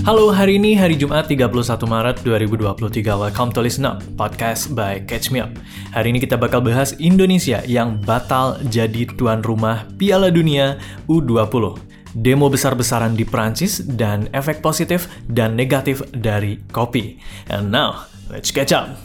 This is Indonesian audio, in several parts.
Halo, hari ini hari Jumat 31 Maret 2023. Welcome to Listen Up, podcast by Catch Me Up. Hari ini kita bakal bahas Indonesia yang batal jadi tuan rumah Piala Dunia U20. Demo besar-besaran di Prancis dan efek positif dan negatif dari kopi. And now, let's catch up.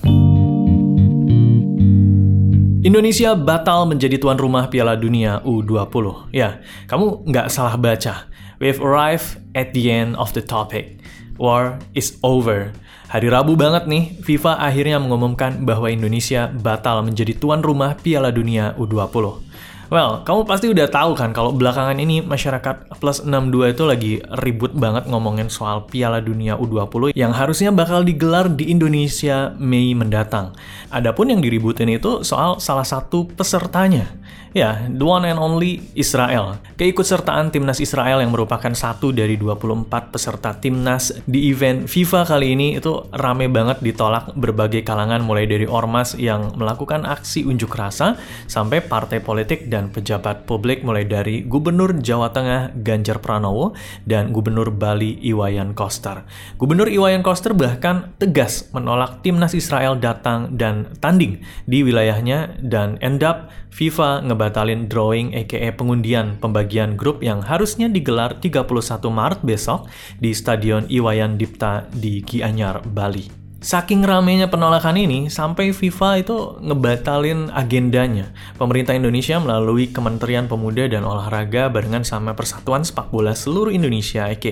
Indonesia batal menjadi tuan rumah Piala Dunia U20. Ya, kamu nggak salah baca. We've arrived at the end of the topic. War is over. Hari Rabu banget nih, FIFA akhirnya mengumumkan bahwa Indonesia batal menjadi tuan rumah Piala Dunia U20. Well, kamu pasti udah tahu kan kalau belakangan ini masyarakat plus 62 itu lagi ribut banget ngomongin soal Piala Dunia U20 yang harusnya bakal digelar di Indonesia Mei mendatang. Adapun yang diributin itu soal salah satu pesertanya. Ya, the one and only Israel. Keikutsertaan timnas Israel yang merupakan satu dari 24 peserta timnas di event FIFA kali ini itu rame banget ditolak berbagai kalangan, mulai dari ormas yang melakukan aksi unjuk rasa sampai partai politik dan pejabat publik, mulai dari Gubernur Jawa Tengah Ganjar Pranowo dan Gubernur Bali Iwayan Koster. Gubernur Iwayan Koster bahkan tegas menolak timnas Israel datang dan tanding di wilayahnya dan end up FIFA ngebatalin drawing aka pengundian pembagian grup yang harusnya digelar 31 Maret besok di Stadion Iwayan Dipta di Gianyar, Bali. Saking ramenya penolakan ini, sampai FIFA itu ngebatalin agendanya. Pemerintah Indonesia melalui Kementerian Pemuda dan Olahraga barengan sama Persatuan Sepak Bola Seluruh Indonesia aka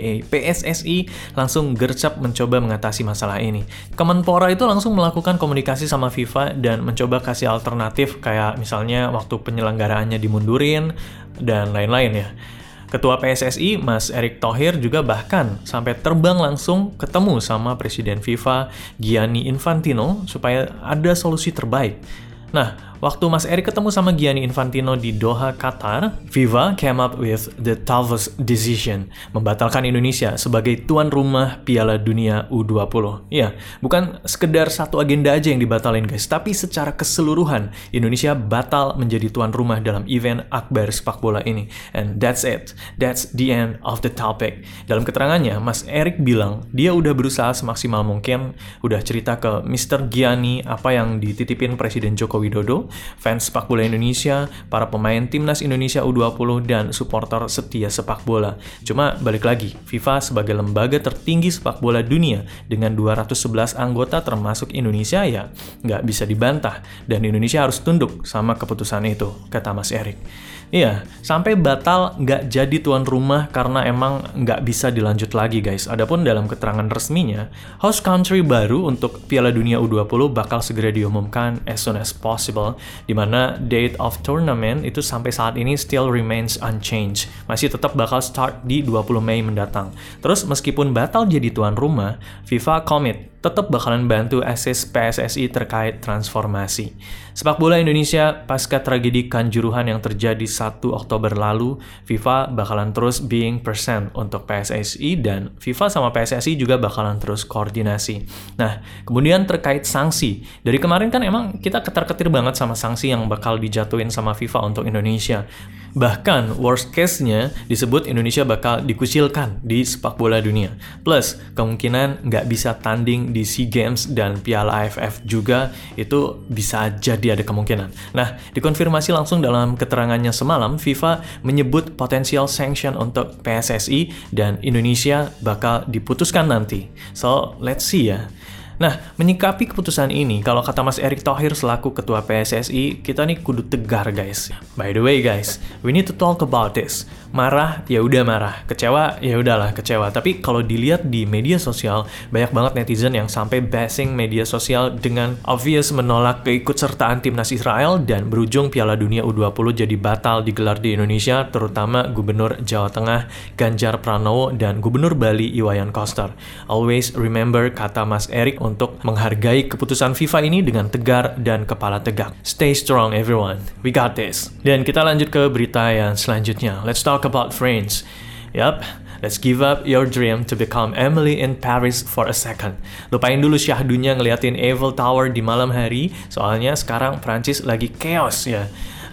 PSSI langsung gercep mencoba mengatasi masalah ini. Kemenpora itu langsung melakukan komunikasi sama FIFA dan mencoba kasih alternatif kayak misalnya waktu penyelenggaraannya dimundurin dan lain-lain ya. Ketua PSSI, Mas Erick Thohir juga bahkan sampai terbang langsung ketemu sama Presiden FIFA, Gianni Infantino, supaya ada solusi terbaik. Nah, waktu Mas Erick ketemu sama Gianni Infantino di Doha, Qatar, FIFA came up with the toughest decision, membatalkan Indonesia sebagai tuan rumah Piala Dunia U20. Ya, bukan sekedar satu agenda aja yang dibatalin guys, tapi secara keseluruhan Indonesia batal menjadi tuan rumah dalam event akbar sepak bola ini. And that's it. That's the end of the topic. Dalam keterangannya, Mas Erick bilang dia udah berusaha semaksimal mungkin, udah cerita ke Mr. Gianni apa yang dititipin Presiden Joko Widodo, fans sepak bola Indonesia, para pemain timnas Indonesia U20, dan supporter setia sepak bola. Cuma balik lagi, FIFA sebagai lembaga tertinggi sepak bola dunia dengan 211 anggota termasuk Indonesia ya nggak bisa dibantah, dan Indonesia harus tunduk sama keputusan itu, kata Mas Erick. Iya, sampai batal nggak jadi tuan rumah karena emang nggak bisa dilanjut lagi guys. Adapun dalam keterangan resminya, host country baru untuk Piala Dunia U20 bakal segera diumumkan as soon as possible, di mana date of tournament itu sampai saat ini still remains unchanged. Masih tetap bakal start di 20 Mei mendatang. Terus meskipun batal jadi tuan rumah, FIFA commit tetap bakalan bantu assist PSSI terkait transformasi. Sepak bola Indonesia pasca tragedi Kanjuruhan yang terjadi 1 Oktober lalu, FIFA bakalan terus being present untuk PSSI dan FIFA sama PSSI juga bakalan terus koordinasi. Nah, kemudian terkait sanksi. Dari kemarin kan emang kita ketar-ketir banget sama sanksi yang bakal dijatuhin sama FIFA untuk Indonesia. Bahkan worst case-nya disebut Indonesia bakal dikucilkan di sepak bola dunia. Plus, kemungkinan nggak bisa tanding di SEA Games dan Piala AFF juga itu bisa jadi ada kemungkinan. Nah, dikonfirmasi langsung dalam keterangannya semalam, FIFA menyebut potensial sanction untuk PSSI dan Indonesia bakal diputuskan nanti. So, let's see ya. Nah, menyikapi keputusan ini, kalau kata Mas Erick Thohir selaku ketua PSSI, kita nih kudu tegar guys. By the way guys, we need to talk about this. Marah, ya udah marah. Kecewa, ya udahlah kecewa. Tapi kalau dilihat di media sosial, banyak banget netizen yang sampai bashing media sosial dengan obvious menolak keikutsertaan timnas Israel dan berujung Piala Dunia U20 jadi batal digelar di Indonesia, terutama Gubernur Jawa Tengah Ganjar Pranowo dan Gubernur Bali Iwayan Koster. Always remember kata Mas Erick untuk menghargai keputusan FIFA ini dengan tegar dan kepala tegak. Stay strong everyone, we got this. Dan kita lanjut ke berita yang selanjutnya. Let's talk about France. Yup, let's give up your dream to become Emily in Paris for a second. Lupain dulu syahdunya ngeliatin Eiffel Tower di malam hari, soalnya sekarang Prancis lagi chaos ya.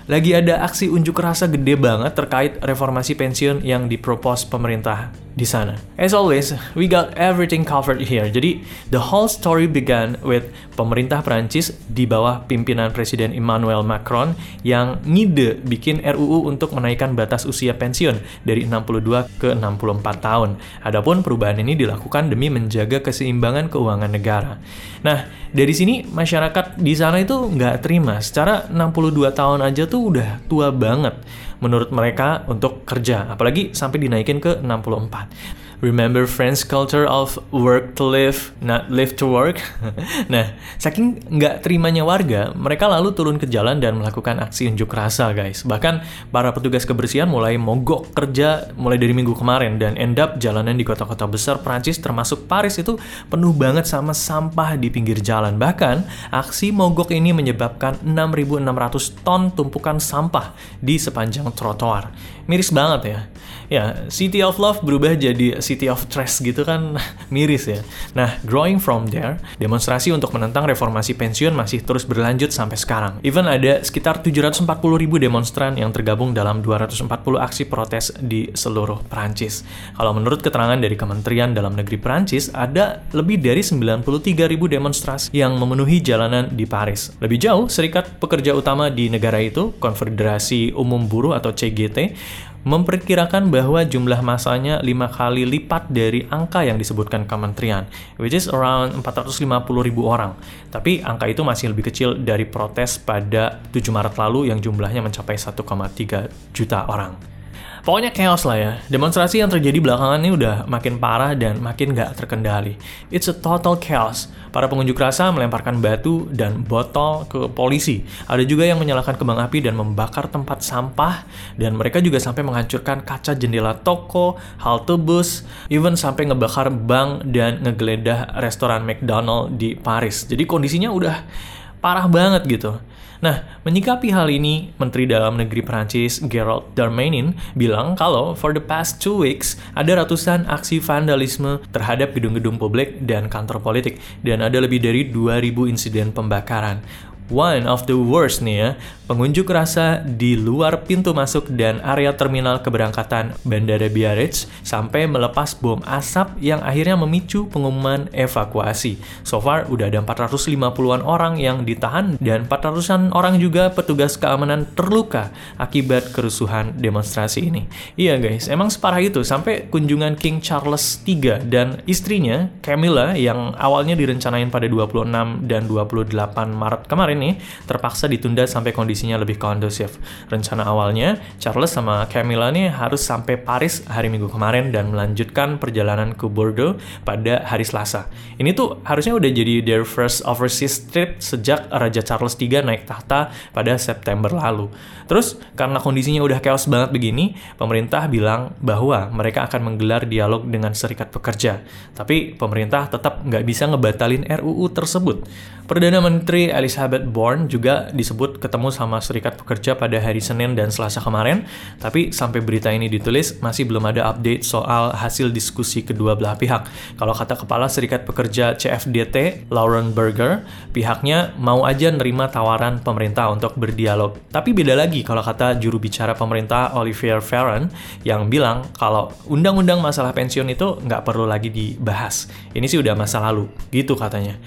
lagi ada aksi unjuk rasa gede banget terkait reformasi pensiun yang dipropose pemerintah di sana. As always, we got everything covered here. Jadi, the whole story began with pemerintah Prancis di bawah pimpinan Presiden Emmanuel Macron yang ngide bikin RUU untuk menaikkan batas usia pensiun dari 62 ke 64 tahun. Adapun perubahan ini dilakukan demi menjaga keseimbangan keuangan negara. Nah, dari sini masyarakat di sana itu nggak terima. Secara 62 tahun aja tuh udah tua banget menurut mereka untuk kerja, apalagi sampai dinaikin ke 64. Remember French culture of work to live, not live to work? Nah, saking nggak terimanya warga, mereka lalu turun ke jalan dan melakukan aksi unjuk rasa, guys. Bahkan para petugas kebersihan mulai mogok kerja mulai dari minggu kemarin dan end up jalanan di kota-kota besar Prancis termasuk Paris itu penuh banget sama sampah di pinggir jalan. Bahkan, aksi mogok ini menyebabkan 6.600 ton tumpukan sampah di sepanjang trotoar. Miris banget ya. Ya, City of Love berubah jadi City of Trash gitu kan, miris ya. Nah, growing from there, demonstrasi untuk menentang reformasi pensiun masih terus berlanjut sampai sekarang. Even ada sekitar 740.000 demonstran yang tergabung dalam 240 aksi protes di seluruh Prancis. Kalau menurut keterangan dari Kementerian Dalam Negeri Prancis, ada lebih dari 93.000 demonstrasi yang memenuhi jalanan di Paris. Lebih jauh, serikat pekerja utama di negara itu, Konfederasi Umum Buruh atau CGT, memperkirakan bahwa jumlah masanya 5 kali lipat dari angka yang disebutkan kementerian, which is around 450.000 orang. Tapi angka itu masih lebih kecil dari protes pada 7 Maret lalu yang jumlahnya mencapai 1,3 juta orang. Pokoknya chaos lah ya. Demonstrasi yang terjadi belakangan ini udah makin parah dan makin gak terkendali. It's a total chaos. Para pengunjuk rasa melemparkan batu dan botol ke polisi. Ada juga yang menyalakan kembang api dan membakar tempat sampah. Dan mereka juga sampai menghancurkan kaca jendela toko, halte bus, even sampai ngebakar bank dan ngegeledah restoran McDonald di Paris. Jadi kondisinya udah parah banget gitu. Nah, menyikapi hal ini, Menteri Dalam Negeri Prancis Gerald Darmanin bilang kalau for the past 2 weeks ada ratusan aksi vandalisme terhadap gedung-gedung publik dan kantor politik dan ada lebih dari 2.000 insiden pembakaran. One of the worst nih ya, pengunjuk rasa di luar pintu masuk dan area terminal keberangkatan Bandara Biarritz sampai melepas bom asap yang akhirnya memicu pengumuman evakuasi. So far, udah ada 450-an orang yang ditahan dan 400-an orang juga petugas keamanan terluka akibat kerusuhan demonstrasi ini. Iya guys, emang separah itu sampai kunjungan King Charles III dan istrinya Camilla yang awalnya direncanain pada 26 dan 28 Maret kemarin nih, terpaksa ditunda sampai kondisinya lebih kondusif. Rencana awalnya, Charles sama Camilla nih harus sampai Paris hari Minggu kemarin dan melanjutkan perjalanan ke Bordeaux pada hari Selasa. Ini tuh harusnya udah jadi their first overseas trip sejak Raja Charles III naik tahta pada September lalu. Terus, karena kondisinya udah chaos banget begini, pemerintah bilang bahwa mereka akan menggelar dialog dengan serikat pekerja. Tapi, pemerintah tetap nggak bisa ngebatalin RUU tersebut. Perdana Menteri Elizabeth Bourne juga disebut ketemu sama serikat pekerja pada hari Senin dan Selasa kemarin, tapi sampai berita ini ditulis masih belum ada update soal hasil diskusi kedua belah pihak. Kalau kata Kepala Serikat Pekerja CFDT, Lauren Berger, pihaknya mau aja nerima tawaran pemerintah untuk berdialog. Tapi beda lagi kalau kata juru bicara pemerintah Olivier Véran yang bilang kalau undang-undang masalah pensiun itu nggak perlu lagi dibahas. Ini sih udah masa lalu, gitu katanya.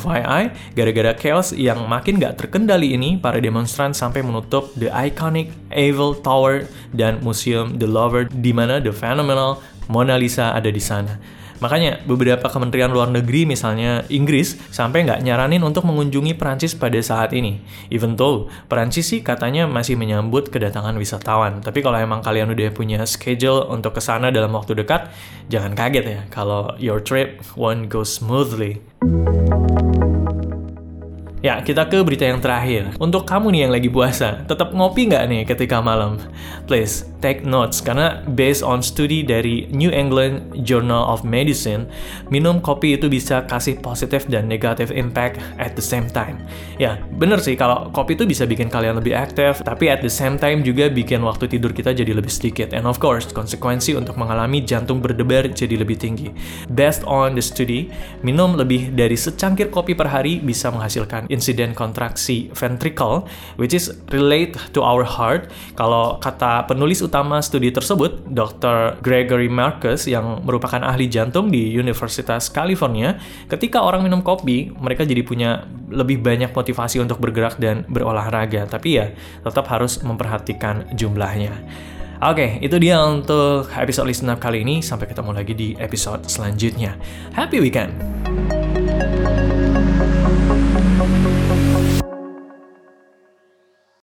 FYI, gara-gara chaos yang makin gak terkendali ini, para demonstran sampai menutup the iconic Eiffel Tower dan Museum the Louvre di mana the phenomenal Mona Lisa ada di sana. Makanya, beberapa kementerian luar negeri, misalnya Inggris, sampai nggak nyaranin untuk mengunjungi Perancis pada saat ini. Even though, Perancis sih katanya masih menyambut kedatangan wisatawan. Tapi kalau emang kalian udah punya schedule untuk ke sana dalam waktu dekat, jangan kaget ya kalau your trip won't go smoothly. Ya, kita ke berita yang terakhir. Untuk kamu nih yang lagi puasa, tetap ngopi nggak nih ketika malam? Please, take notes, karena based on studi dari New England Journal of Medicine, minum kopi itu bisa kasih positive dan negative impact at the same time. Ya, bener sih kalau kopi itu bisa bikin kalian lebih aktif, tapi at the same time juga bikin waktu tidur kita jadi lebih sedikit. And of course, konsekuensi untuk mengalami jantung berdebar jadi lebih tinggi. Based on the study, minum lebih dari secangkir kopi per hari bisa menghasilkan insiden kontraksi ventricle, which is relate to our heart. Kalau kata penulis utama studi tersebut, Dr. Gregory Marcus, yang merupakan ahli jantung di Universitas California, ketika orang minum kopi, mereka jadi punya lebih banyak motivasi untuk bergerak dan berolahraga. Tapi ya, tetap harus memperhatikan jumlahnya. Oke, itu dia untuk episode Listen Up kali ini. Sampai ketemu lagi di episode selanjutnya. Happy weekend!